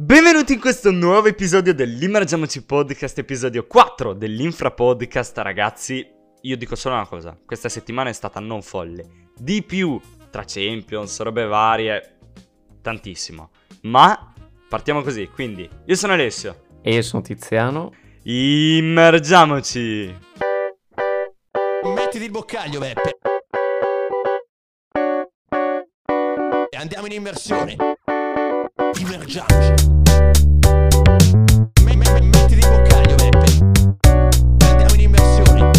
Benvenuti in questo nuovo episodio dell'Immergiamoci Podcast, episodio 4 dell'Infra Podcast. Ragazzi, io dico solo una cosa, questa settimana è stata non folle, di più, tra Champions, robe varie, tantissimo. Ma partiamo così, quindi io sono Alessio E io sono Tiziano. Immergiamoci! Mettiti il boccaglio, Beppe. E andiamo in immersione. Immergiamoci. Mettiti il boccaglio, Beppe. E andiamo in immersione.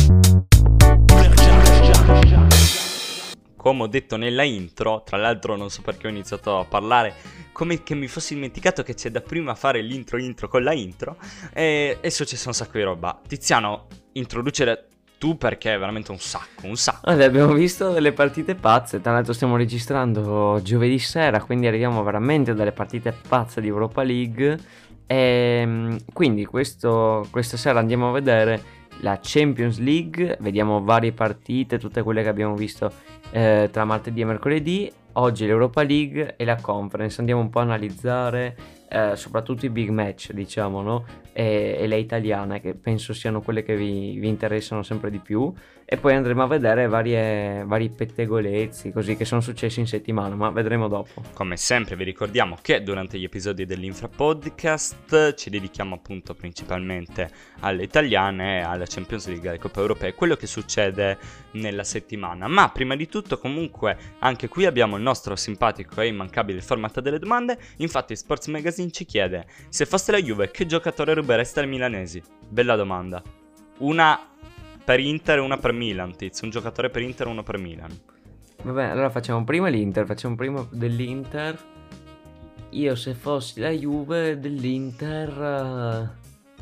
Immergiamoci. Come ho detto nella intro, tra l'altro non so perché ho iniziato a parlare come che mi fossi dimenticato che c'è da prima fare l'intro con la intro, e è successo un sacco di roba. Tiziano, introducere tu perché è veramente un sacco. Allora, abbiamo visto delle partite pazze, tra l'altro stiamo registrando giovedì sera, quindi arriviamo veramente dalle partite pazze di Europa League. E quindi questa sera andiamo a vedere la Champions League, vediamo varie partite, tutte quelle che abbiamo visto tra martedì e mercoledì. Oggi l'Europa League e la Conference, andiamo un po' a analizzare soprattutto i big match, diciamo, no? E le italiane, che penso siano quelle che vi interessano sempre di più, e poi andremo a vedere vari pettegolezzi così che sono successi in settimana, ma vedremo dopo. Come sempre vi ricordiamo che durante gli episodi dell'Infra Podcast ci dedichiamo appunto principalmente alle italiane, alla Champions League, alle Coppe Europee, quello che succede nella settimana. Ma prima di tutto comunque anche qui abbiamo il nostro simpatico e immancabile format delle domande. Infatti Sports Magazine ci chiede: se foste la Juve, che giocatore rubereste ai milanesi? Bella domanda. Una per Inter e una per Milan, Tiz. Un giocatore per Inter e uno per Milan. Vabbè, allora facciamo prima dell'Inter. Io, se fossi la Juve dell'Inter,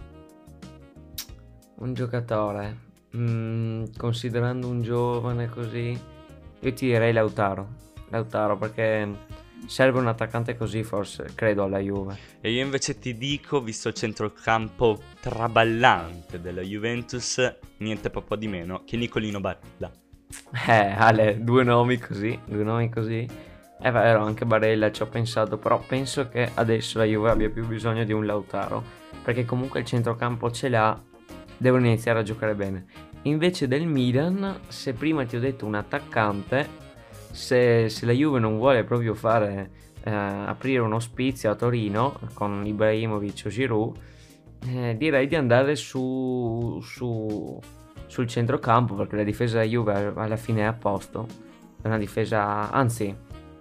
un giocatore, considerando un giovane così, io ti direi Lautaro, perché serve un attaccante così, forse, credo, alla Juve. E io invece ti dico, visto il centrocampo traballante della Juventus, niente po' di meno che Nicolino Barella. Ale, due nomi così. È vero, anche Barella ci ho pensato, però penso che adesso la Juve abbia più bisogno di un Lautaro, perché comunque il centrocampo ce l'ha, devono iniziare a giocare bene. Invece del Milan, se prima ti ho detto un attaccante, se la Juve non vuole proprio fare aprire un ospizio a Torino con Ibrahimovic o Giroud, direi di andare sul centrocampo, perché la difesa della Juve alla fine è a posto. È una difesa, anzi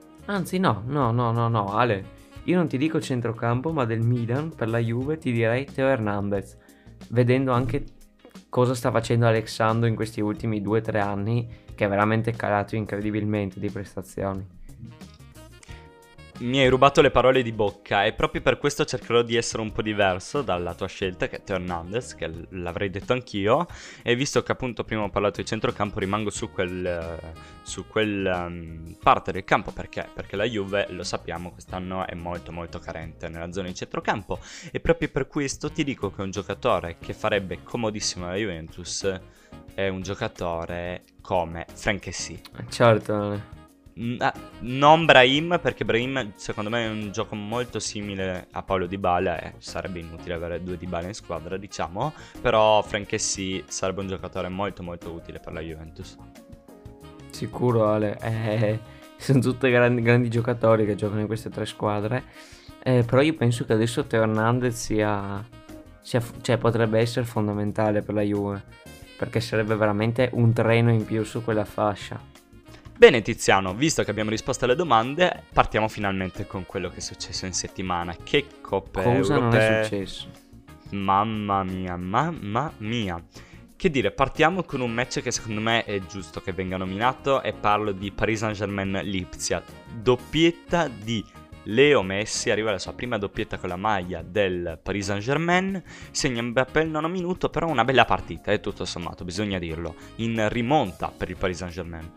no, Ale, io non ti dico centrocampo, ma del Milan per la Juve ti direi Theo Hernandez, vedendo anche cosa sta facendo Alexandro in questi ultimi 2-3 anni, che è veramente calato incredibilmente di prestazioni. Mi hai rubato le parole di bocca e proprio per questo cercherò di essere un po' diverso dalla tua scelta, che è Theo Hernandez, che l'avrei detto anch'io. E visto che appunto prima ho parlato di centrocampo, rimango su quel parte del campo. Perché la Juve, lo sappiamo, quest'anno è molto molto carente nella zona di centrocampo, e proprio per questo ti dico che un giocatore che farebbe comodissimo alla Juventus è un giocatore come Franck Kessie. Certo. Non Brahim, perché Brahim secondo me è un gioco molto simile a Paulo Dybala e sarebbe inutile avere due Dybala in squadra, diciamo. Però Franck Kessie sarebbe un giocatore molto molto utile per la Juventus. Sicuro, Ale, sono tutti grandi giocatori che giocano in queste tre squadre, però io penso che adesso Theo Hernandez cioè potrebbe essere fondamentale per la Juve, perché sarebbe veramente un treno in più su quella fascia. Bene Tiziano, visto che abbiamo risposto alle domande, partiamo finalmente con quello che è successo in settimana. Che coppe Cosa europee? non è successo? Mamma mia. Che dire, partiamo con un match che secondo me è giusto che venga nominato, e parlo di Paris Saint-Germain-Lipsia. Doppietta di Leo Messi, arriva la sua prima doppietta con la maglia del Paris Saint-Germain, segna Mbappé il 9° minuto, però una bella partita, tutto sommato, bisogna dirlo, in rimonta per il Paris Saint-Germain.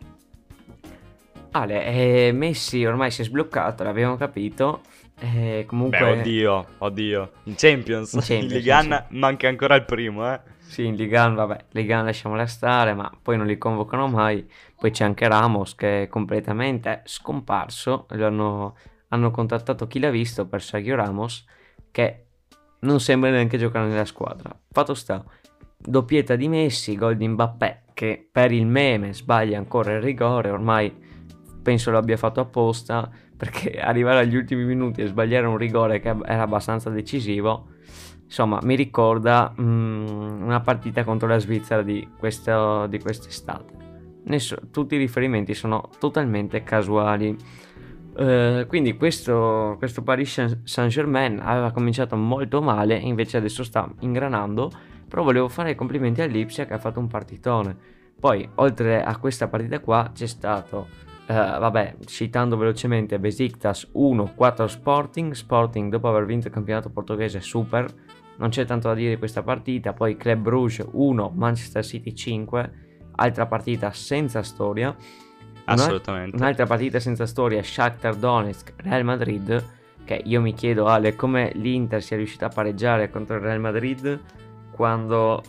Ale, Messi ormai si è sbloccato, l'abbiamo capito. Comunque... Beh, oddio. In Champions, in Ligue 1 sì. manca ancora il primo, Sì, in Ligue 1, vabbè, Ligue 1 lasciamola stare, ma poi non li convocano mai. Poi c'è anche Ramos che è completamente scomparso. Hanno contattato Chi l'ha visto per Sergio Ramos, che non sembra neanche giocare nella squadra. Fatto sta, doppietta di Messi, gol di Mbappé, che per il meme sbaglia ancora il rigore, ormai penso lo abbia fatto apposta, perché arrivare agli ultimi minuti e sbagliare un rigore che era abbastanza decisivo, insomma, mi ricorda una partita contro la Svizzera di quest'estate. Tutti i riferimenti sono totalmente casuali. Quindi questo Paris Saint-Germain aveva cominciato molto male, invece adesso sta ingranando. Però volevo fare i complimenti all'Ipsia, che ha fatto un partitone. Poi oltre a questa partita qua c'è stato citando velocemente, Besiktas 1-4 Sporting dopo aver vinto il campionato portoghese, super, non c'è tanto da dire di questa partita. Poi Club Brugge 1 Manchester City 5, altra partita senza storia. Assolutamente. Un'altra partita senza storia, Shakhtar Donetsk Real Madrid, che io mi chiedo, Ale, come l'Inter sia riuscita a pareggiare contro il Real Madrid quando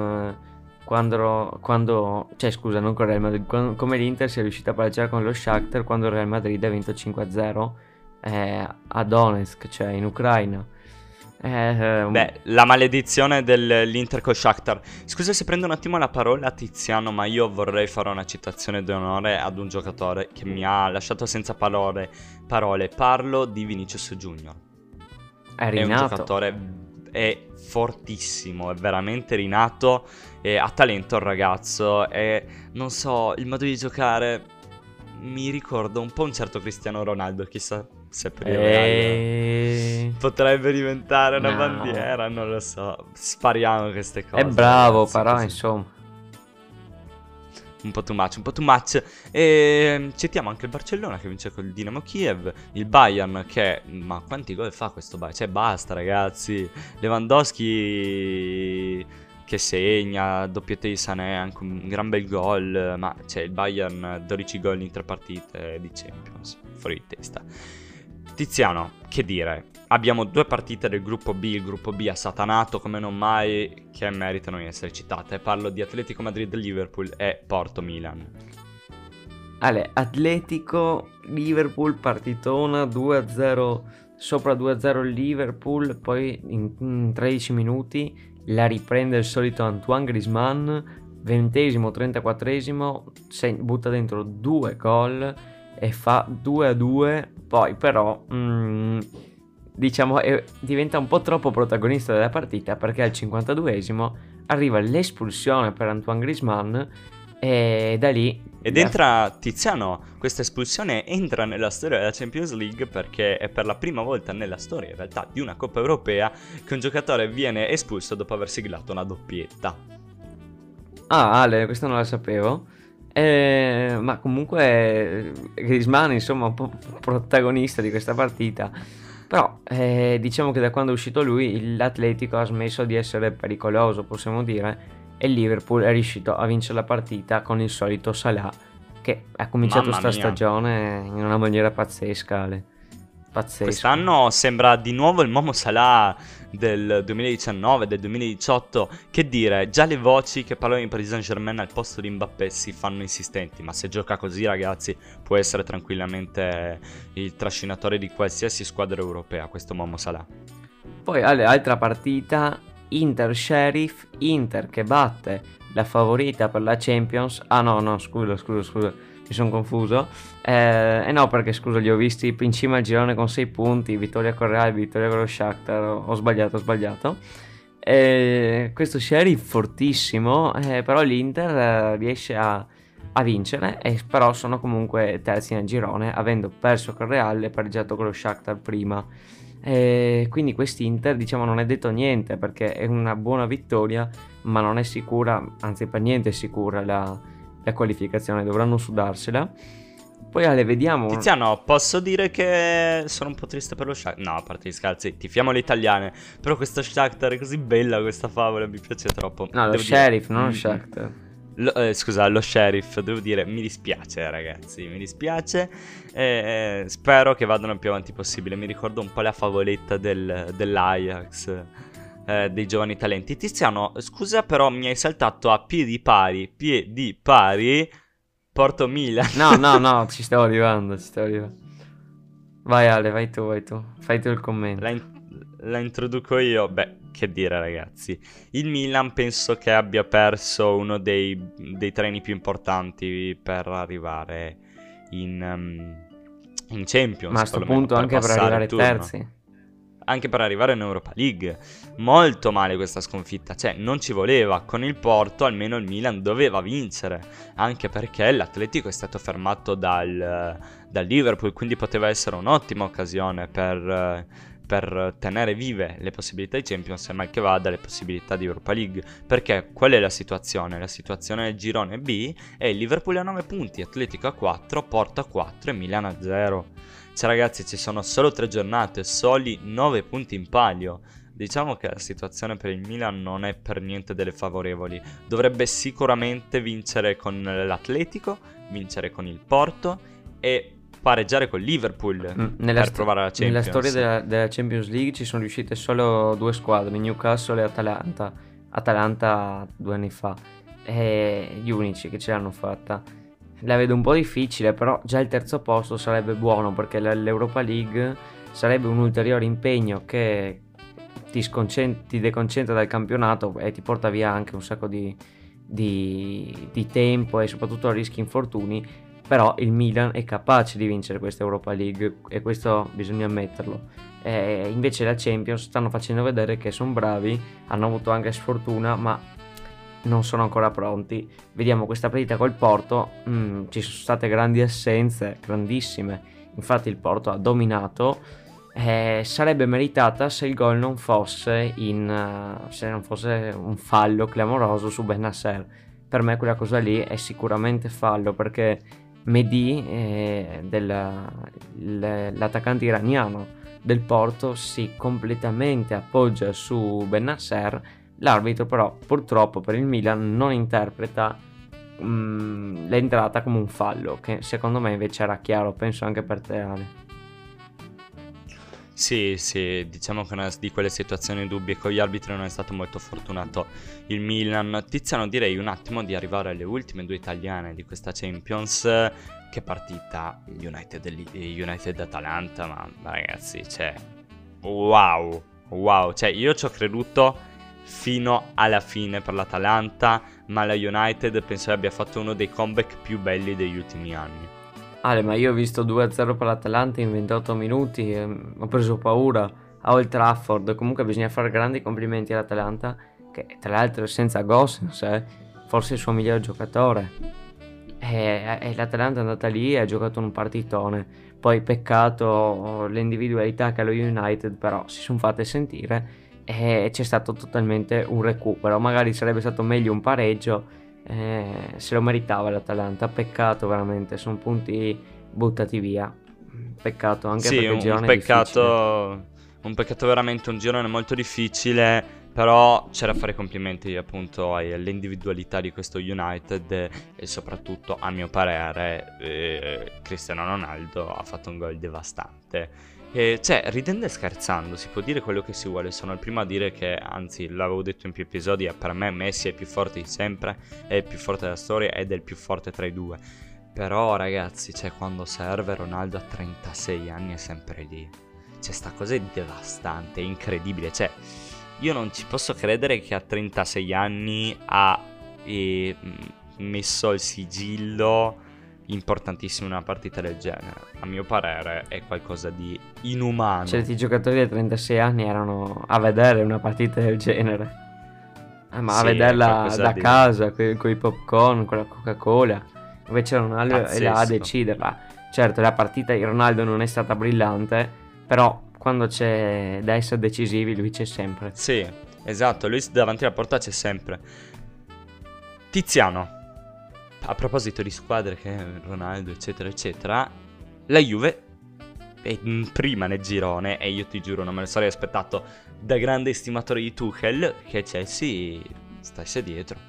come l'Inter sia riuscita a pareggiare con lo Shakhtar quando il Real Madrid ha vinto 5-0 a Donetsk, cioè in Ucraina. La maledizione dell'Inter con Shakhtar. Scusa se prendo un attimo la parola, Tiziano, ma io vorrei fare una citazione d'onore ad un giocatore che mi ha lasciato senza parole. Parlo di Vinicius Junior. È un giocatore, è fortissimo, è veramente rinato, ha talento il ragazzo, e non so, il modo di giocare mi ricorda un po' un certo Cristiano Ronaldo, chissà se per il Real potrebbe diventare una bandiera, non lo so, spariamo queste cose. È bravo, ragazzi, però così. Insomma. Un po' too much. E citiamo anche il Barcellona che vince col Dinamo Kiev. Il Bayern che... Ma quanti gol fa questo Bayern? Cioè basta ragazzi. Lewandowski che segna, doppietta di Sané, anche un gran bel gol. Ma c'è il Bayern 12 gol in 3 partite di Champions. Fuori di testa. Tiziano, che dire? Abbiamo 2 partite del gruppo B, il gruppo B assatanato come non mai, che meritano di essere citate. Parlo di Atletico Madrid-Liverpool e Porto-Milan. Ale, Atletico, Liverpool, partitona 2-0, sopra 2-0 il Liverpool, poi in 13 minuti la riprende il solito Antoine Griezmann, 20esimo, 34esimo, butta dentro 2 gol e fa 2-2, poi però... diciamo diventa un po' troppo protagonista della partita, perché al 52esimo arriva l'espulsione per Antoine Griezmann e da lì entra Tiziano, questa espulsione entra nella storia della Champions League, perché è per la prima volta nella storia in realtà di una Coppa Europea che un giocatore viene espulso dopo aver siglato una doppietta. Ah, Ale, questo non la sapevo. Ma comunque Griezmann, insomma, un po' protagonista di questa partita. Però diciamo che da quando è uscito lui l'Atletico ha smesso di essere pericoloso, possiamo dire, e il Liverpool è riuscito a vincere la partita con il solito Salah, che ha cominciato sta stagione in una maniera pazzesca, Ale. Pazzesco. Quest'anno sembra di nuovo il Momo Salah del 2019, del 2018. Che dire, già le voci che parlano di Paris Saint-Germain al posto di Mbappé si fanno insistenti, ma se gioca così ragazzi può essere tranquillamente il trascinatore di qualsiasi squadra europea, questo Momo Salah. Poi altra partita, Inter-Sheriff, Inter che batte la favorita per la Champions. Scusa, mi sono confuso. No, perché scusa, li ho visti in cima al girone con 6 punti, vittoria con Real, vittoria con lo Shakhtar. Ho sbagliato. Questo Sheriff fortissimo, però l'Inter riesce a vincere, e però sono comunque terzi nel girone, avendo perso con Real e pareggiato con lo Shakhtar prima. Quindi quest'Inter, diciamo, non è detto niente, perché è una buona vittoria, ma non è sicura, anzi per niente è sicura la qualificazione, dovranno sudarsela. Poi Ale, vediamo. Tiziano, posso dire che sono un po' triste per lo Shakhtar. No, a parte gli scherzi, tifiamo le italiane, però questa Shakhtar è così bella, questa favola, mi piace troppo. No, lo Sheriff, non lo Shakhtar. Scusa, lo Sheriff, devo dire, mi dispiace ragazzi, mi dispiace, spero che vadano il più avanti possibile. Mi ricordo un po' la favoletta dell'Ajax, dei giovani talenti. Tiziano, scusa, però mi hai saltato a piedi pari Porto Milan. No, ci stavo arrivando. Vai Ale, vai tu, fai tu il commento. la introduco io. Beh, che dire ragazzi, il Milan penso che abbia perso uno dei treni più importanti per arrivare in Champions, Ma a sto perlomeno punto per anche per passare il arrivare turno. terzi. Anche per arrivare in Europa League. Molto male questa sconfitta, cioè non ci voleva. Con il Porto almeno il Milan doveva vincere, anche perché l'Atletico è stato fermato dal Liverpool, quindi poteva essere un'ottima occasione per tenere vive le possibilità di Champions e mal che vada le possibilità di Europa League. Perché qual è la situazione? La situazione del girone B è il Liverpool a 9 punti, Atletico a 4, Porto a 4 e Milan a 0. Cioè ragazzi, ci sono solo 3 giornate, soli 9 punti in palio. Diciamo che la situazione per il Milan non è per niente delle favorevoli. Dovrebbe sicuramente vincere con l'Atletico, vincere con il Porto e pareggiare con Liverpool per provare la Champions. Nella storia della Champions League ci sono riuscite solo 2 squadre, Newcastle e Atalanta. Atalanta 2 anni fa, e gli unici che ce l'hanno fatta. La vedo un po' difficile, però già il terzo posto sarebbe buono, perché l'Europa League sarebbe un ulteriore impegno che ti deconcentra dal campionato e ti porta via anche un sacco di tempo e soprattutto rischi infortuni. Però il Milan è capace di vincere questa Europa League e questo bisogna ammetterlo. Invece la Champions stanno facendo vedere che sono bravi, hanno avuto anche sfortuna, ma non sono ancora pronti. Vediamo questa partita col Porto, ci sono state grandi assenze, grandissime. Infatti il Porto ha dominato, sarebbe meritata se il gol non fosse se non fosse un fallo clamoroso su Bennacer. Per me quella cosa lì è sicuramente fallo, perché Mehdi, l'attaccante iraniano del Porto, si completamente appoggia su Bennacer. L'arbitro però purtroppo per il Milan non interpreta l'entrata come un fallo, che secondo me invece era chiaro, penso anche per te Ale. Sì, diciamo che è una di quelle situazioni dubbie. Con gli arbitri non è stato molto fortunato il Milan. Tiziano, direi un attimo di arrivare alle ultime 2 italiane di questa Champions. Che partita, United-Atalanta, ma ragazzi, cioè, wow, cioè io ci ho creduto fino alla fine per l'Atalanta, ma la United penso abbia fatto uno dei comeback più belli degli ultimi anni. Ale, ma io ho visto 2-0 per l'Atalanta in 28 minuti e ho preso paura a Old Trafford. Comunque bisogna fare grandi complimenti all'Atalanta, che tra l'altro senza Gosens, forse il suo miglior giocatore. E l'Atalanta è andata lì e ha giocato un partitone. Poi peccato le individualità che allo United però si sono fatte sentire e c'è stato totalmente un recupero. Magari sarebbe stato meglio un pareggio, se lo meritava l'Atalanta. Peccato veramente, sono punti buttati via. Peccato anche perché il girone è difficile. Un peccato veramente, un girone molto difficile. Però c'è da fare complimenti appunto alle individualità di questo United e soprattutto, a mio parere, Cristiano Ronaldo ha fatto un gol devastante. Cioè, ridendo e scherzando, si può dire quello che si vuole. Sono il primo a dire che, anzi, l'avevo detto in più episodi, per me Messi è il più forte di sempre, è il più forte della storia ed è il più forte tra i due. Però, ragazzi, cioè, quando serve, Ronaldo a 36 anni è sempre lì. Cioè, sta cosa è devastante, è incredibile. Cioè, io non ci posso credere che a 36 anni ha messo il sigillo importantissimo in una partita del genere. A mio parere è qualcosa di inumano. Certi giocatori da 36 anni erano a vedere una partita del genere, ma Sì, a vederla da di... casa con i popcorn, con la Coca-Cola. Invece Ronaldo è là a Pazzesco. deciderla. Certo, la partita di Ronaldo non è stata brillante, però quando c'è da essere decisivi lui c'è sempre. Sì, esatto, lui davanti alla porta c'è sempre. Tiziano, a proposito di squadre che Ronaldo eccetera eccetera, la Juve è in prima nel girone e io ti giuro non me lo sarei aspettato da grande estimatore di Tuchel, che Chelsea stesse dietro.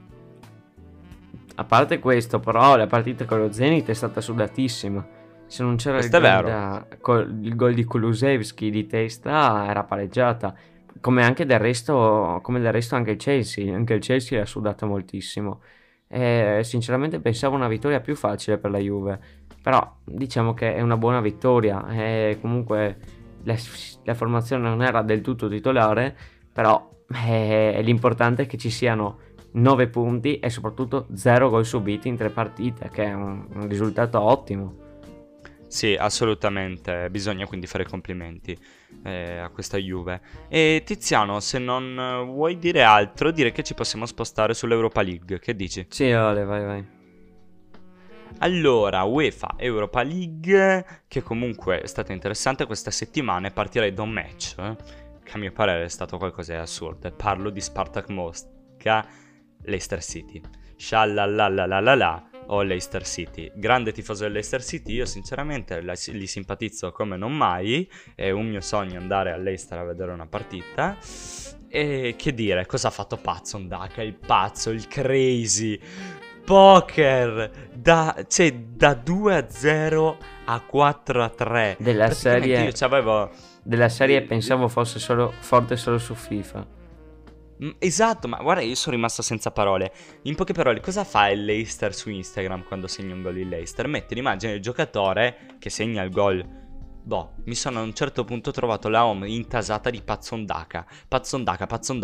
A parte questo, però, la partita con lo Zenit è stata sudatissima. Se non c'era Questo è vero. il gol di Kulusevski di testa, era pareggiata. Come del resto anche il Chelsea. Anche il Chelsea l'ha sudata moltissimo. Sinceramente pensavo una vittoria più facile per la Juve. Però diciamo che è una buona vittoria. Comunque la formazione non era del tutto titolare, però l'importante è che ci siano 9 punti e soprattutto 0 gol subiti in 3 partite, che è un risultato ottimo. Sì, assolutamente, bisogna quindi fare complimenti a questa Juve. E Tiziano, se non vuoi dire altro, direi che ci possiamo spostare sull'Europa League, che dici? Sì, Ale, vai. Allora, UEFA Europa League, che comunque è stata interessante questa settimana, e partirei da un match, che a mio parere è stato qualcosa di assurdo. Parlo di Spartak Mosca, Leicester City. Scialalalalalala o Leicester City. Grande tifoso del Leicester City, io sinceramente li simpatizzo come non mai, è un mio sogno andare all'Leicester a vedere una partita. E che dire, cosa ha fatto Patson Daka, il pazzo, il crazy, poker, da 2-0 a 4-3. Della serie, io c'avevo... della serie pensavo fosse forte solo su FIFA. Esatto, ma guarda, io sono rimasto senza parole. In poche parole, cosa fa il Leicester su Instagram quando segna un gol il Leicester? Mette l'immagine del giocatore che segna il gol. Boh, mi sono a un certo punto trovato la home intasata di Patson Daka. Patson Daka.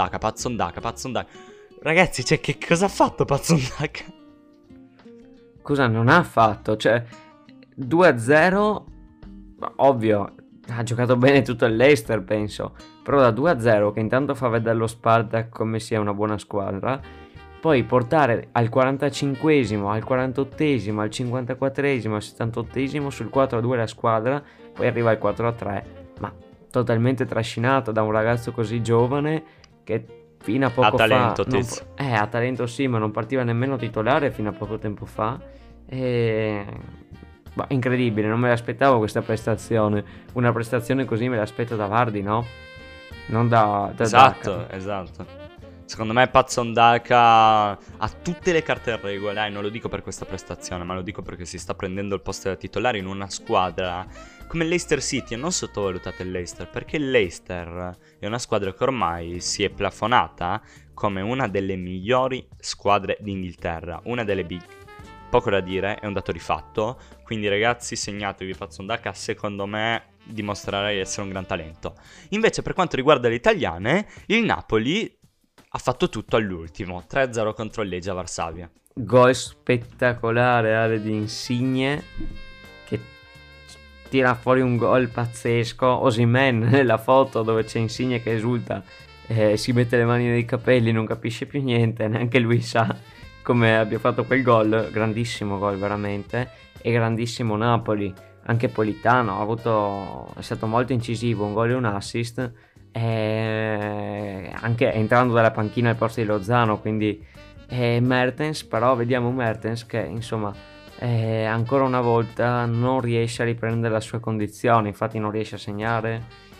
Ragazzi, cioè, che cosa ha fatto Patson Daka? Cosa non ha fatto? Cioè, 2-0, ovvio, ha giocato bene tutto il Leicester, penso. Però da 2-0, che intanto fa vedere lo Spartak come sia una buona squadra, poi portare al 45esimo, al 48esimo, al 54esimo, al 78esimo sul 4-2 la squadra, poi arriva al 4-3, ma totalmente trascinato da un ragazzo così giovane che fino a poco talento, fa... ha talento sì, ma non partiva nemmeno titolare fino a poco tempo fa. Incredibile, non me l'aspettavo questa prestazione. Una prestazione così me l'aspetto da Vardy, no? Non da Esatto, Daka. esatto. Secondo me Patson Daka ha tutte le carte in regola, e non lo dico per questa prestazione, ma lo dico perché si sta prendendo il posto da titolare in una squadra come il Leicester City. E non sottovalutate il Leicester, perché il Leicester è una squadra che ormai si è plafonata come una delle migliori squadre d'Inghilterra, una delle big. Poco da dire, è un dato di fatto. Quindi ragazzi, segnatevi Patson Daka, secondo me dimostrerà di essere un gran talento. Invece per quanto riguarda le italiane, il Napoli ha fatto tutto all'ultimo, 3-0 contro il Legia Varsavia. Gol spettacolare di Insigne che tira fuori un gol pazzesco. Osimhen nella foto dove c'è Insigne che esulta, si mette le mani nei capelli, non capisce più niente, neanche lui sa come abbia fatto quel gol. Grandissimo gol veramente, e grandissimo Napoli. Anche Politano è stato molto incisivo, un gol e un assist, anche entrando dalla panchina al posto di Lozano. Quindi Mertens, però vediamo Mertens che insomma ancora una volta non riesce a riprendere la sua condizione. Infatti non riesce a segnare,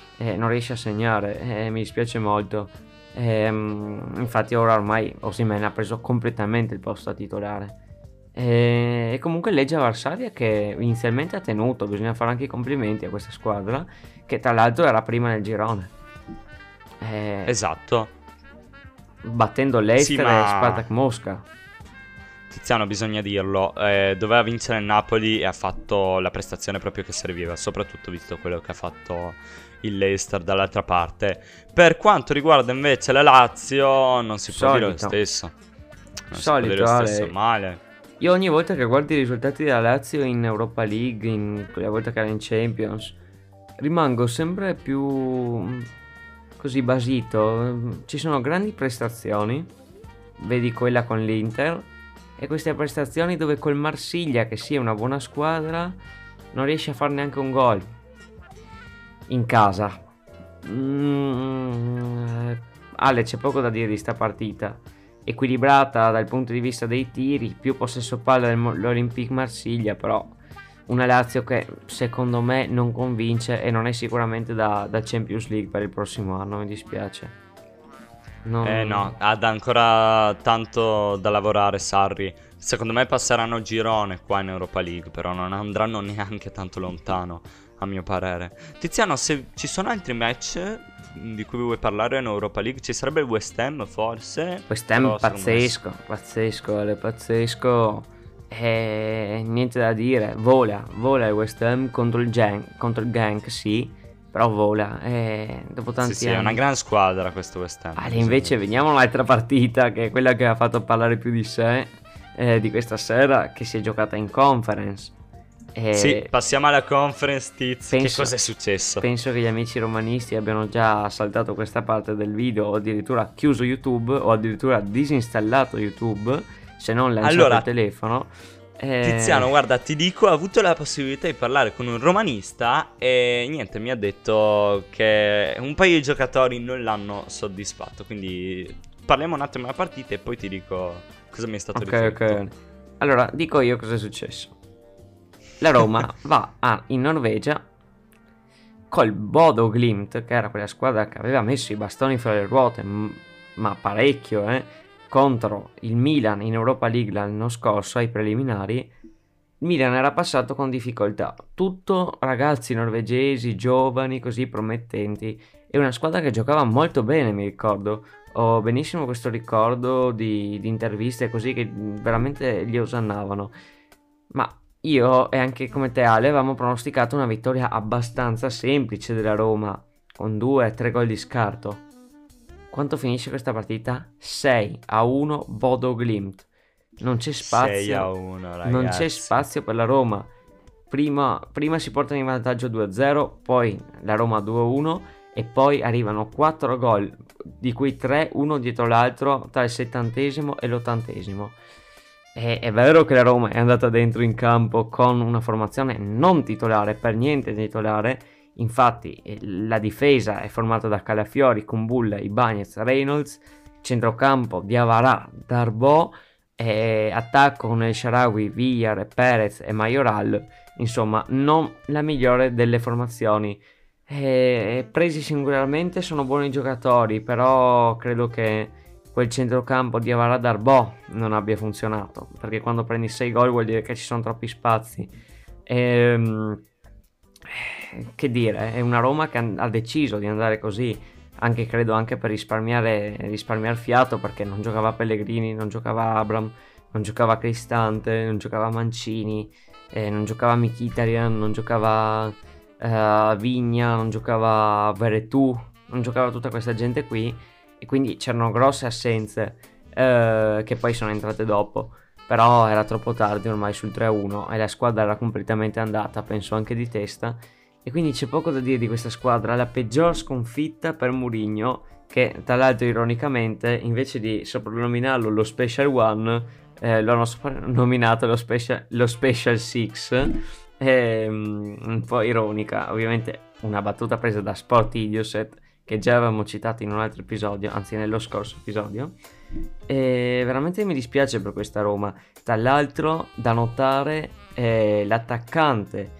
mi dispiace molto. Infatti ora ormai Osimhen ha preso completamente il posto da titolare. E comunque Legia Varsavia che inizialmente ha tenuto, bisogna fare anche i complimenti a questa squadra, che tra l'altro era prima nel girone, Esatto. battendo Leicester Sì, ma e Spartak Mosca. Tiziano, bisogna dirlo, doveva vincere il Napoli e ha fatto la prestazione proprio che serviva, soprattutto visto quello che ha fatto il Leicester dall'altra parte. Per quanto riguarda invece la Lazio, non si può dire lo stesso. Non si può dire lo stesso male. Io ogni volta che guardo i risultati della Lazio in Europa League, in quella volta che era in Champions, rimango sempre più così basito. Ci sono grandi prestazioni, vedi quella con l'Inter, e queste prestazioni dove col Marsiglia, che sia una buona squadra, non riesce a fare neanche un gol in casa. Ale, c'è poco da dire di sta partita. Equilibrata dal punto di vista dei tiri, più possesso palla dell'Olympique Marsiglia, però una Lazio che secondo me non convince e non è sicuramente da Champions League per il prossimo anno, mi dispiace. No, ha ancora tanto da lavorare Sarri. Secondo me passeranno girone qua in Europa League, però non andranno neanche tanto lontano, a mio parere. Tiziano, se ci sono altri match di cui vuoi parlare in Europa League, ci sarebbe il West Ham forse. West Ham pazzesco, pazzesco. Niente da dire, vola il West Ham contro il Genk, sì, però vola. Dopo tanti Sì, anni. è una gran squadra questo West Ham. Ale, invece veniamo all'altra partita, che è quella che ha fatto parlare più di sé di questa sera, che si è giocata in Conference. Sì, passiamo alla Conference, Tiz. Che penso- cosa è successo? Penso che gli amici romanisti abbiano già saltato questa parte del video, o addirittura chiuso YouTube, o addirittura disinstallato YouTube, se non lanciato Allora, il telefono. Tiziano, guarda, ti dico, ho avuto la possibilità di parlare con un romanista e niente, mi ha detto che un paio di giocatori non l'hanno soddisfatto. Quindi parliamo un attimo della partita e poi ti dico cosa mi è stato riferito. Ok. Allora, dico io cosa è successo. La Roma va in Norvegia col Bodo Glimt, che era quella squadra che aveva messo i bastoni fra le ruote, ma parecchio, contro il Milan in Europa League l'anno scorso ai preliminari. Il Milan era passato con difficoltà. Tutto ragazzi norvegesi, giovani, così promettenti. E una squadra che giocava molto bene, mi ricordo. Ho benissimo questo ricordo di interviste così che veramente li osannavano. Ma io e anche come te Ale avevamo pronosticato una vittoria abbastanza semplice della Roma, con 2-3 gol di scarto. Quanto finisce questa partita? 6-1 Bodo Glimt. Non c'è spazio. 6-1, ragazzi. Non c'è spazio per la Roma. Prima si portano in vantaggio 2-0, poi la Roma 2-1 e poi arrivano 4 gol, di cui 3 uno dietro l'altro tra il 70° e l'80°. È vero che la Roma è andata dentro in campo con una formazione non titolare, per niente titolare. Infatti la difesa è formata da Calafiori, Kumbulla, Ibañez, Reynolds, centrocampo Diawara, Darboe, attacco con El Shaarawy, Villar, Perez e Majoral. Insomma, non la migliore delle formazioni. Presi singolarmente sono buoni giocatori, però credo che quel centrocampo di Diawara, Darboe non abbia funzionato, perché quando prendi 6 gol vuol dire che ci sono troppi spazi. Che dire, è una Roma che ha deciso di andare così, anche credo anche per risparmiare fiato, perché non giocava Pellegrini, non giocava Abraham, non giocava Cristante, non giocava Mancini, non giocava Mkhitaryan, non giocava Vigna, non giocava Veretout, non giocava tutta questa gente qui, e quindi c'erano grosse assenze che poi sono entrate dopo. Però era troppo tardi ormai sul 3-1 e la squadra era completamente andata, penso anche di testa. E quindi c'è poco da dire di questa squadra. La peggior sconfitta per Mourinho, che tra l'altro ironicamente invece di soprannominarlo lo Special One, lo hanno soprannominato lo Special Six. Un po' ironica, ovviamente una battuta presa da Sport Idioset, che già avevamo citato in un altro episodio, anzi nello scorso episodio. E veramente mi dispiace per questa Roma. Tra l'altro da notare l'attaccante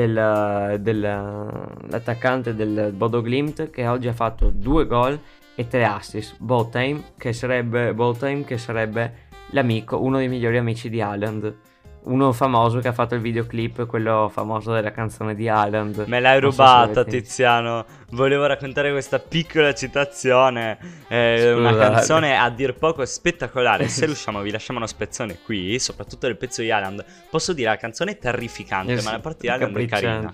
del Bodo Glimt, che oggi ha fatto 2 gol e 3 assist. Botheim, che sarebbe l'amico, uno dei migliori amici di Haaland, uno famoso che ha fatto il videoclip, quello famoso della canzone di Haaland. Me l'hai Non so rubata, se avete- Tiziano. Volevo raccontare questa piccola citazione. Una Scusate. canzone a dir poco spettacolare. Se riusciamo, vi lasciamo uno spezzone qui, soprattutto del pezzo di Haaland. Posso dire, la canzone è terrificante, ma la parte di Haaland è carina.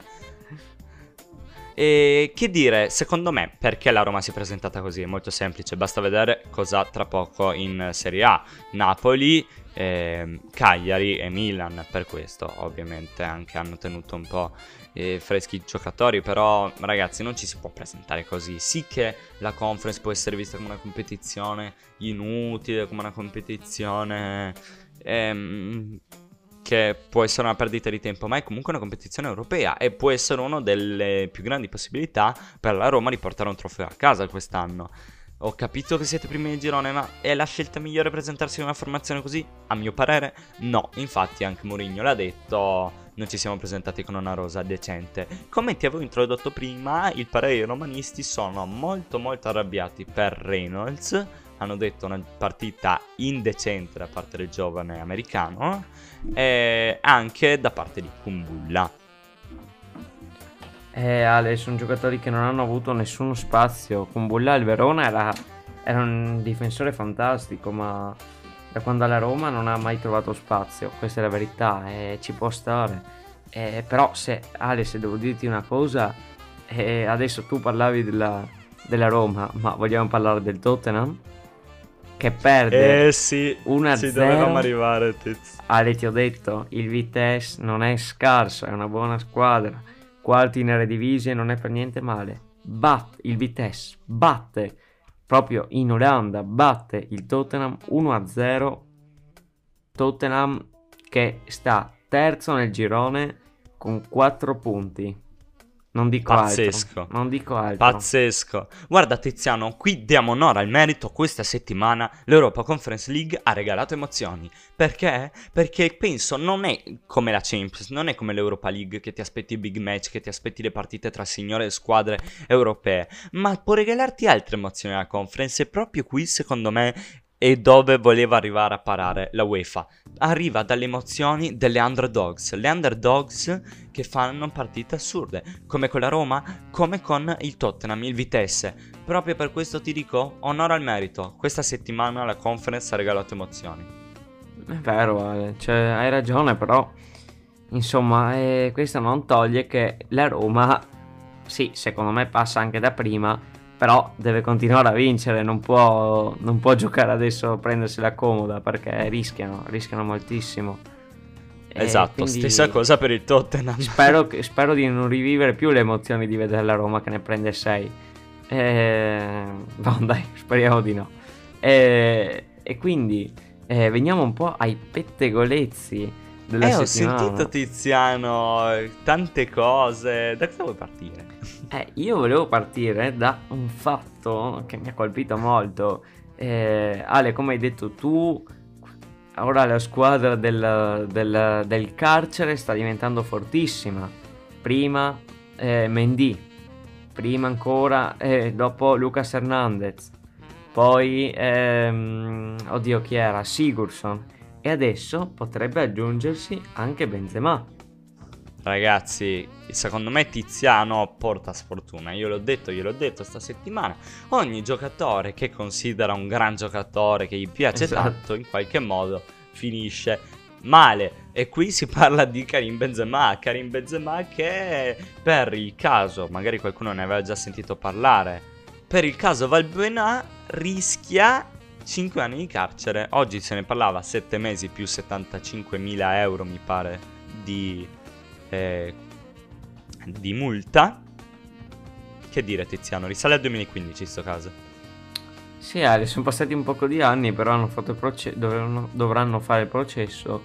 E che dire, secondo me, perché la Roma si è presentata così? È molto semplice, basta vedere cosa tra poco in Serie A. Napoli, Cagliari e Milan, per questo ovviamente anche hanno tenuto un po' freschi i giocatori, però ragazzi non ci si può presentare così. Sì che la Conference può essere vista come una competizione inutile, come una competizione che può essere una perdita di tempo, ma è comunque una competizione europea e può essere una delle più grandi possibilità per la Roma di portare un trofeo a casa quest'anno. Ho capito che siete primi di girone, ma è la scelta migliore presentarsi in una formazione così? A mio parere no, infatti anche Mourinho l'ha detto, non ci siamo presentati con una rosa decente. Come ti avevo introdotto prima, il parere dei romanisti sono molto arrabbiati per Reynolds. Hanno detto una partita indecente da parte del giovane americano e anche da parte di Kumbulla. Ale, sono giocatori che non hanno avuto nessuno spazio. Kumbulla al Verona era un difensore fantastico, ma da quando alla Roma non ha mai trovato spazio, questa è la verità, ci può stare. Però se devo dirti una cosa, E adesso tu parlavi della Roma, ma vogliamo parlare del Tottenham? Che perde Sì, 1-0. ci dovevamo arrivare, Tiz. Ale, ti ho detto, il Vitesse non è scarso, è una buona squadra. Quarti in Eredivisie non è per niente male. Il Vitesse batte proprio in Olanda, batte il Tottenham 1-0. Tottenham che sta terzo nel girone con 4 punti. Non dico Pazzesco. altro. Non dico altro. Pazzesco. Guarda Tiziano, qui diamo onore al merito. Questa settimana l'Europa Conference League ha regalato emozioni. Perché? Perché penso non è come la Champions, non è come l'Europa League che ti aspetti i big match, che ti aspetti le partite tra signore squadre europee, ma può regalarti altre emozioni la Conference e proprio qui secondo me è dove voleva arrivare a parare la UEFA. Arriva dalle emozioni delle underdogs, le underdogs che fanno partite assurde, come con la Roma, come con il Tottenham, il Vitesse. Proprio per questo ti dico, onore al merito, questa settimana la Conference ha regalato emozioni. È vero, Ale, cioè, hai ragione, però insomma, questo non toglie che la Roma, sì, secondo me passa anche da prima, però deve continuare a vincere, non può giocare adesso, prendersela comoda, perché rischiano moltissimo. Esatto, Quindi stessa cosa per il Tottenham. spero di non rivivere più le emozioni di vedere la Roma che ne prende 6. No, dai, speriamo di no. E quindi veniamo un po' ai pettegolezzi della settimana. Ho sentito Tiziano, tante cose. Da cosa vuoi partire? Io volevo partire da un fatto che mi ha colpito molto. Ale, come hai detto tu, ora la squadra del carcere sta diventando fortissima. Prima Mendy, prima ancora dopo Lucas Hernandez, poi oddio chi era? Sigurdsson, e adesso potrebbe aggiungersi anche Benzema. Ragazzi, secondo me Tiziano porta sfortuna. Gliel'ho detto sta settimana. Ogni giocatore che considera un gran giocatore, che gli piace Esatto. tanto, in qualche modo finisce male. E qui si parla di Karim Benzema. Karim Benzema che per il caso, magari qualcuno ne aveva già sentito parlare, per il caso Valbuena rischia 5 anni di carcere. Oggi se ne parlava, 7 mesi più 75.000 euro mi pare di multa. Che dire Tiziano, risale al 2015 sto caso. Sì, Ale, sono passati un poco di anni, però hanno fatto dovranno fare il processo.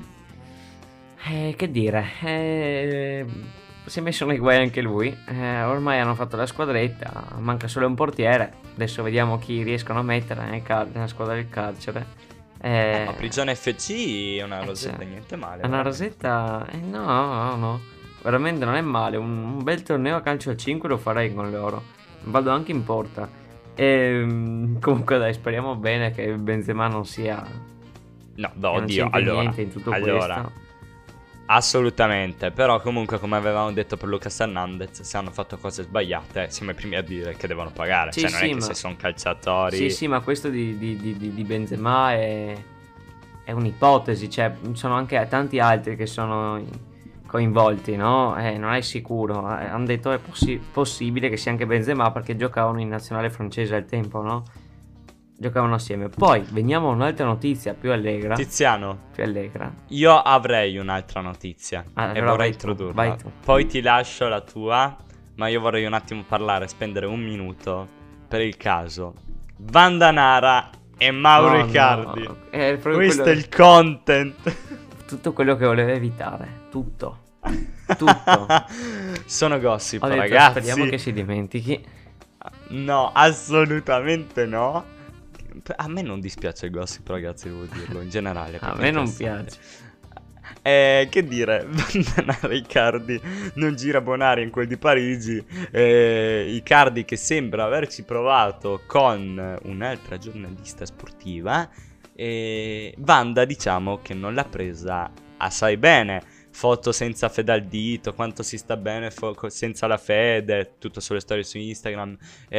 Che dire, si è messo nei guai anche lui. Ormai hanno fatto la squadretta, manca solo un portiere. Adesso vediamo chi riescono a mettere nella squadra del carcere. Ma Prigione FC è una rosetta, cioè, niente male. È una veramente. rosetta? No. Veramente non è male. Un bel torneo a calcio a 5 lo farei con loro. Vado anche in porta. Comunque dai, speriamo bene che Benzema non sia... No, che non oddio, c'entri allora, niente in tutto questo. assolutamente. Però comunque come avevamo detto per Lucas Hernandez, se hanno fatto cose sbagliate siamo i primi a dire che devono pagare. Sì, Cioè non sì, è che ma- se sono calciatori. Sì, ma questo di Benzema è un'ipotesi. Cioè, ci sono anche tanti altri che sono coinvolti, no? Non è sicuro. Hanno detto è possibile che sia anche Benzema perché giocavano in nazionale francese al tempo, no? Giocavano assieme. Poi veniamo a un'altra notizia più allegra. Tiziano, Più allegra. io avrei un'altra notizia e Allora, vorrei vai tu, introdurla. vai tu. Poi ti lascio la tua, ma io vorrei un attimo parlare, spendere un minuto per il caso Vandanara e Mauro No, Icardi. no, è proprio Questo è quello- il content. tutto quello che volevo evitare. Tutto. Tutto. Sono gossip, Ho detto, ragazzi. speriamo che si dimentichi. No, assolutamente no. A me non dispiace il gossip, ragazzi, devo dirlo, in generale. A proprio me non interessante. piace. Che dire, Vandanara Icardi non gira Bonari in quel di Parigi. Icardi che sembra averci provato con un'altra giornalista sportiva. Vanda, diciamo che non l'ha presa assai bene. Foto senza fede al dito, quanto si sta bene senza la fede, tutto sulle storie su Instagram.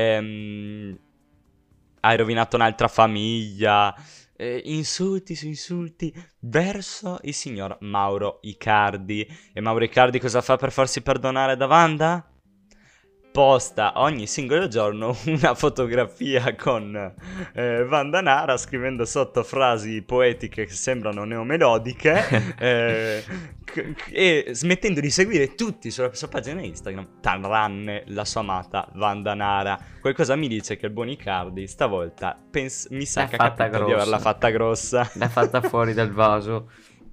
Hai rovinato un'altra famiglia. Insulti su insulti verso il signor Mauro Icardi. E Mauro Icardi cosa fa per farsi perdonare da Wanda? posta ogni singolo giorno una fotografia con Vandanara, scrivendo sotto frasi poetiche che sembrano neomelodiche e smettendo di seguire tutti sulla sua pagina Instagram, tranne la sua amata Vandanara. Qualcosa mi dice che il buon Icardi stavolta mi sa che ha capito di averla fatta grossa. L'ha fatta fuori dal vaso.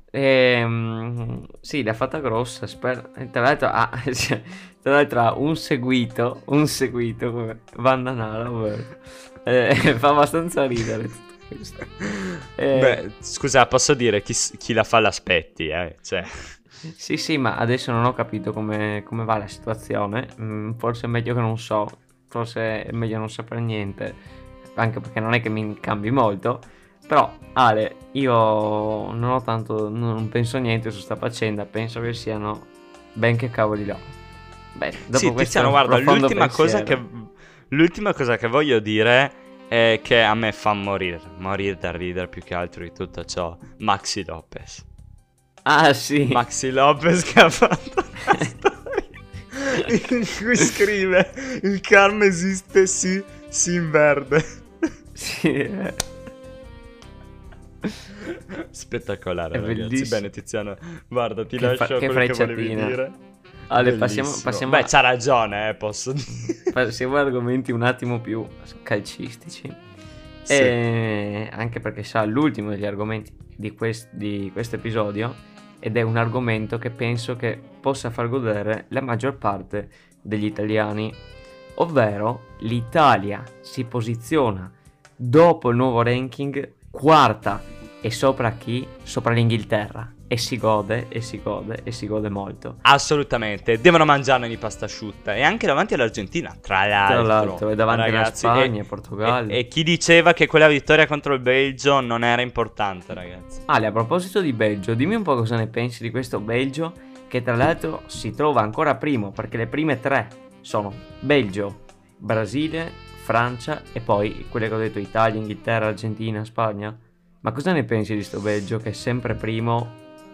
Sì, l'ha fatta grossa. Tra l'altro ha un seguito come Vandanara, ovvero. Fa abbastanza ridere tutto questo. Beh, scusa, posso dire chi la fa l'aspetti, cioè. Sì, ma adesso non ho capito come va la situazione. Forse è meglio che non so. Forse è meglio non sapere niente. Anche perché non è che mi cambi molto. Però, Ale, io non penso niente su sta faccenda. Penso che siano ben che cavoli là. Beh, dopo sì, Tiziano, guarda, l'ultima cosa che voglio dire è che a me fa morire da ridere più che altro di tutto ciò Maxi Lopez. Ah, sì. Maxi Lopez che ha fatto una storia in cui scrive: il karma esiste, sì in verde. Sì. Spettacolare, È ragazzi. bellissimo. Bene, Tiziano, guarda, ti lascio quello che volevi dire. Ale, passiamo Beh, c'ha ragione, posso dire. Passiamo a argomenti un attimo più calcistici. Sì. Anche perché sarà l'ultimo degli argomenti di questo episodio, ed è un argomento che penso che possa far godere la maggior parte degli italiani, ovvero l'Italia si posiziona dopo il nuovo ranking quarta e sopra chi? Sopra l'Inghilterra, e si gode molto. Assolutamente, devono mangiarne di pasta asciutta, e anche davanti all'Argentina, tra l'altro e davanti ragazzi, alla Spagna e Portogallo. E chi diceva che quella vittoria contro il Belgio non era importante, ragazzi? Ale, a proposito di Belgio, dimmi un po' cosa ne pensi di questo Belgio, che tra l'altro si trova ancora primo, perché le prime tre sono Belgio, Brasile, Francia e poi quelle che ho detto: Italia, Inghilterra, Argentina, Spagna. Ma cosa ne pensi di sto Belgio che è sempre primo?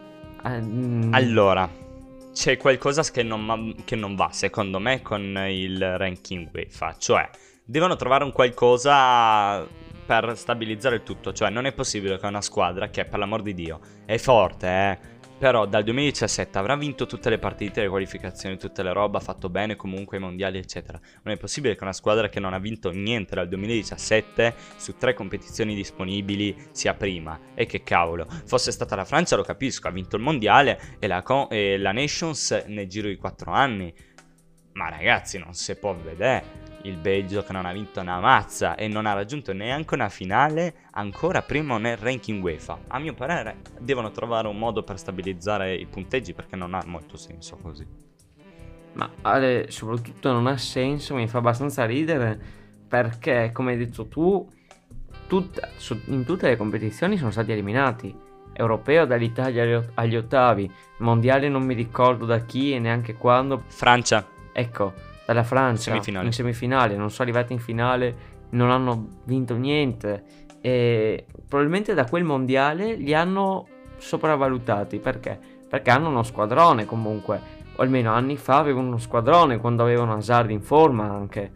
Allora, c'è qualcosa che non va, secondo me, con il ranking UEFA. Cioè, devono trovare un qualcosa per stabilizzare il tutto. Cioè, non è possibile che una squadra che, per l'amor di Dio, è forte, però dal 2017 avrà vinto tutte le partite, le qualificazioni, tutte le robe, ha fatto bene comunque ai mondiali, eccetera. Non è possibile che una squadra che non ha vinto niente dal 2017 su 3 competizioni disponibili sia prima. E che cavolo, fosse stata la Francia lo capisco, ha vinto il mondiale e la Nations nel giro di 4 anni. Ma ragazzi, non si può vedere. Il Belgio che non ha vinto una mazza e non ha raggiunto neanche una finale, ancora primo nel ranking UEFA. A mio parere devono trovare un modo per stabilizzare i punteggi, perché non ha molto senso così. Ma Ale, soprattutto non ha senso, mi fa abbastanza ridere, perché come hai detto tu, in tutte le competizioni sono stati eliminati. Europeo dall'Italia agli ottavi, mondiale non mi ricordo da chi e neanche quando. Francia. Ecco, dalla Francia in semifinale, non sono arrivati in finale, non hanno vinto niente, e probabilmente da quel mondiale li hanno sopravvalutati. Perché? Perché hanno uno squadrone comunque, o almeno anni fa avevano uno squadrone, quando avevano Hazard in forma anche.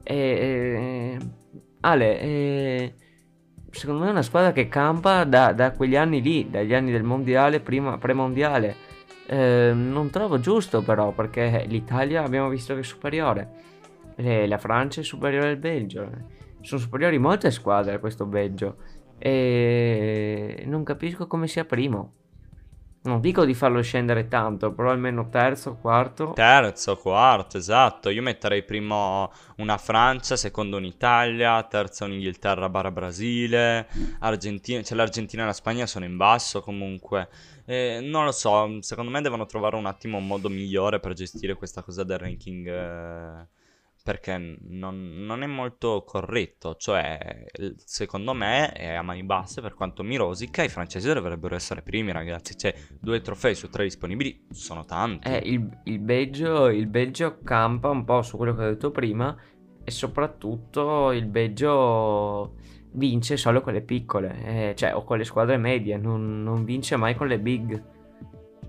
Secondo me è una squadra che campa da quegli anni lì, dagli anni del mondiale, premondiale. Non trovo giusto però, perché l'Italia abbiamo visto che è superiore, la Francia è superiore al Belgio, sono superiori molte squadre a questo Belgio, e non capisco come sia primo. Non dico di farlo scendere tanto, però almeno terzo, quarto, esatto. Io metterei primo una Francia, secondo un'Italia, terza un'Inghilterra / Brasile, Argentina, cioè l'Argentina e la Spagna sono in basso comunque. Non lo so, secondo me devono trovare un attimo un modo migliore per gestire questa cosa del ranking, perché non è molto corretto. Cioè, secondo me è a mani basse, per quanto mi rosica, i francesi dovrebbero essere primi, ragazzi. Cioè, 2 trofei su 3 disponibili sono tanti. il Belgio campa un po' su quello che ho detto prima, e soprattutto il Belgio vince solo con le piccole, cioè, o con le squadre medie, non vince mai con le big.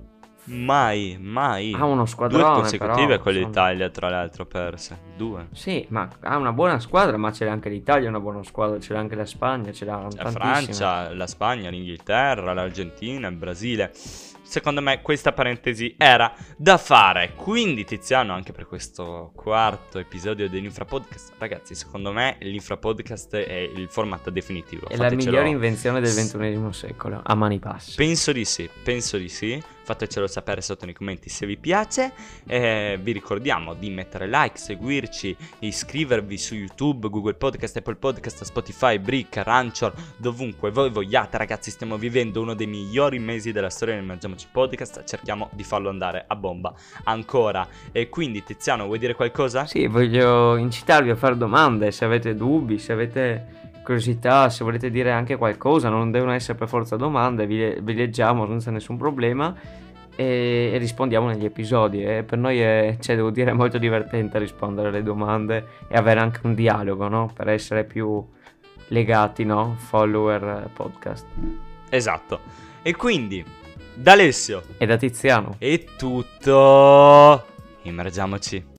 Mai. Ha uno squadrone, 2 consecutive però, con insomma. l'Italia, tra l'altro, perse. 2. Sì, ma ha una buona squadra, ma c'è anche l'Italia, una buona squadra, c'è anche la Spagna, ce l'ha La tantissime. Francia, la Spagna, l'Inghilterra, l'Argentina, il Brasile. Secondo me questa parentesi era da fare. Quindi Tiziano, anche per questo quarto episodio dell'Infrapodcast, ragazzi, secondo me l'Infrapodcast è il format definitivo. È la migliore invenzione del XXI secolo, a mani basse. Penso di sì. Fatecelo sapere sotto nei commenti se vi piace. Vi ricordiamo di mettere like, seguirci, iscrivervi su YouTube, Google Podcast, Apple Podcast, Spotify, Brick, Anchor, dovunque voi vogliate. Ragazzi, stiamo vivendo uno dei migliori mesi della storia del Mangiamoci Podcast. Cerchiamo di farlo andare a bomba ancora. E quindi Tiziano, vuoi dire qualcosa? Sì, voglio incitarvi a fare domande, se avete dubbi, se avete curiosità, se volete dire anche qualcosa, non devono essere per forza domande, vi leggiamo senza nessun problema e rispondiamo negli episodi. E per noi devo dire, è molto divertente rispondere alle domande e avere anche un dialogo, no? Per essere più legati, no? Follower podcast. Esatto. E quindi, da Alessio E da Tiziano. è tutto. Immergiamoci.